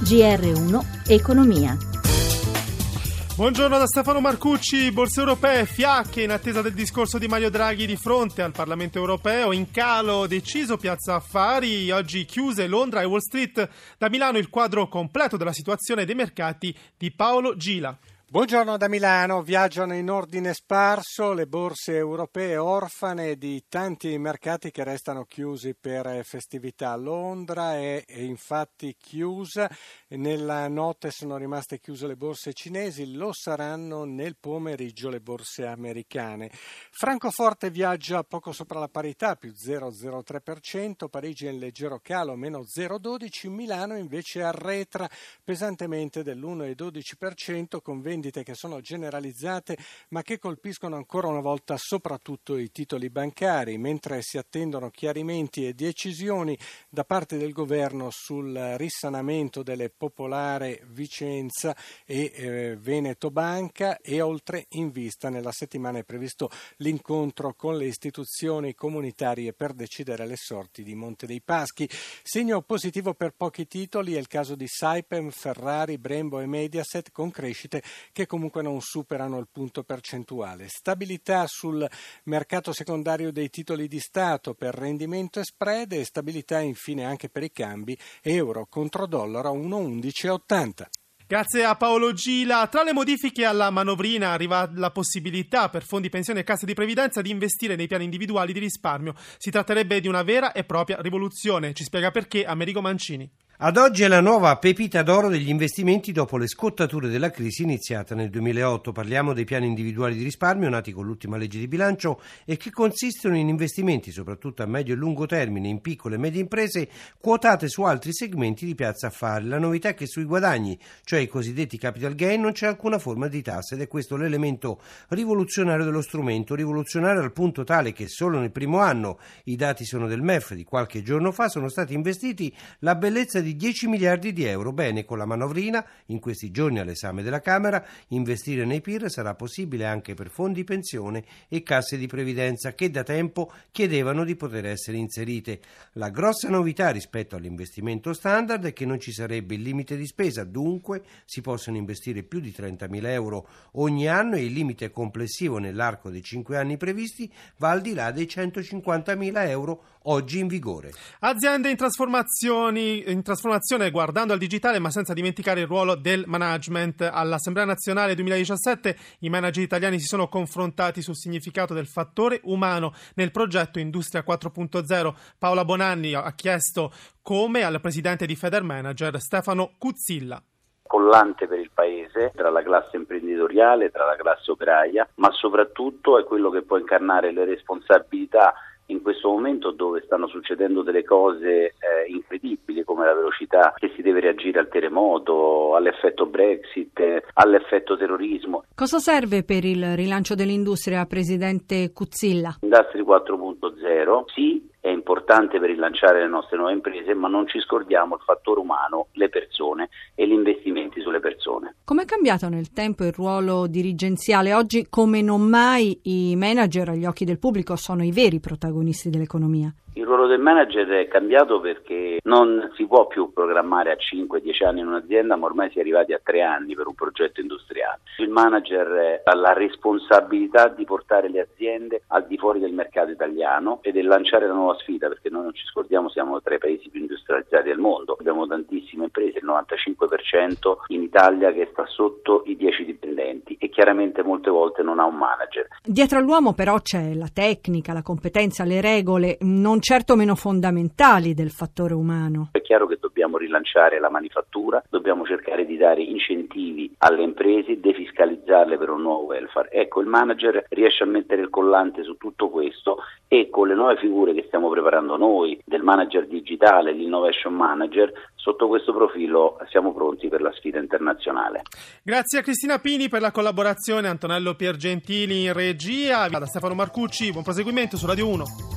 GR1 Economia. Buongiorno da Stefano Marcucci. Borse europee fiacche in attesa del discorso di Mario Draghi di fronte al Parlamento europeo. In calo deciso Piazza Affari, oggi chiuse Londra e Wall Street. Da Milano il quadro completo della situazione dei mercati di Paolo Gila. Buongiorno da Milano, viaggiano in ordine sparso le borse europee orfane di tanti mercati che restano chiusi per festività. Londra è infatti chiusa, nella notte sono rimaste chiuse le borse cinesi, lo saranno nel pomeriggio le borse americane. Francoforte viaggia poco sopra la parità, più 0,03%, Parigi è in leggero calo, meno 0,12%, Milano invece arretra pesantemente dell'1,12% con vendite che sono generalizzate ma che colpiscono ancora una volta soprattutto i titoli bancari, mentre si attendono chiarimenti e decisioni da parte del governo sul risanamento delle Popolare Vicenza e Veneto Banca, e oltre in vista nella settimana è previsto l'incontro con le istituzioni comunitarie per decidere le sorti di Monte dei Paschi. Segno positivo per pochi titoli è il caso di Saipem, Ferrari, Brembo e Mediaset, con crescite che comunque non superano il punto percentuale. Stabilità sul mercato secondario dei titoli di Stato per rendimento e spread, e stabilità infine anche per i cambi, euro contro dollaro a 1,1180. Grazie a Paolo Gila. Tra le modifiche alla manovrina arriva la possibilità per fondi pensioni e casse di previdenza di investire nei piani individuali di risparmio. Si tratterebbe di una vera e propria rivoluzione. Ci spiega perché Amerigo Mancini. Ad oggi è la nuova pepita d'oro degli investimenti dopo le scottature della crisi iniziata nel 2008. Parliamo dei piani individuali di risparmio nati con l'ultima legge di bilancio e che consistono in investimenti soprattutto a medio e lungo termine in piccole e medie imprese quotate su altri segmenti di Piazza Affari. La novità è che sui guadagni, cioè i cosiddetti capital gain, non c'è alcuna forma di tassa, ed è questo l'elemento rivoluzionario dello strumento, rivoluzionario al punto tale che solo nel primo anno, i dati sono del MEF di qualche giorno fa, sono stati investiti la bellezza di 10 miliardi di euro. Bene, con la manovrina, in questi giorni all'esame della Camera, investire nei PIR sarà possibile anche per fondi pensione e casse di previdenza che da tempo chiedevano di poter essere inserite. La grossa novità rispetto all'investimento standard è che non ci sarebbe il limite di spesa, dunque si possono investire più di 30.000 euro ogni anno e il limite complessivo nell'arco dei 5 anni previsti va al di là dei 150.000 euro oggi in vigore. Aziende in trasformazione guardando al digitale, ma senza dimenticare il ruolo del management. All'Assemblea Nazionale 2017 i manager italiani si sono confrontati sul significato del fattore umano nel progetto Industria 4.0. Paola Bonanni ha chiesto come al presidente di Federmanager Stefano Cuzzilla. Collante per il paese, tra la classe imprenditoriale, tra la classe operaia, ma soprattutto è quello che può incarnare le responsabilità in questo momento dove stanno succedendo delle cose incredibili, come la velocità che si deve reagire al terremoto, all'effetto Brexit, all'effetto terrorismo. Cosa serve per il rilancio dell'industria, presidente Cuzzilla? Industria 4.0, sì, è importante per rilanciare le nostre nuove imprese, ma non ci scordiamo il fattore umano, le persone e gli investimenti sulle persone. Come è cambiato nel tempo il ruolo dirigenziale? Oggi, come non mai, i manager agli occhi del pubblico sono i veri protagonisti dell'economia. Il ruolo del manager è cambiato perché non si può più programmare a 5-10 anni in un'azienda, ma ormai si è arrivati a 3 anni per un progetto industriale. Il manager ha la responsabilità di portare le aziende al di fuori del mercato italiano e di lanciare la nuova sfida, perché noi non ci scordiamo, siamo tra i paesi più industrializzati del mondo. Abbiamo tantissime imprese, il 95% in Italia che sta sotto i 10 dipendenti e chiaramente molte volte non ha un manager. Dietro all'uomo però c'è la tecnica, la competenza, le regole, non certo meno fondamentali del fattore umano. È chiaro che dobbiamo rilanciare la manifattura, dobbiamo cercare di dare incentivi alle imprese, defiscalizzarle per un nuovo welfare. Ecco, il manager riesce a mettere il collante su tutto questo e con le nuove figure che stiamo preparando noi, del manager digitale, l'innovation manager, sotto questo profilo siamo pronti per la sfida internazionale. Grazie a Cristina Pini per la collaborazione, Antonello Piergentili in regia, da Stefano Marcucci, buon proseguimento su Radio 1.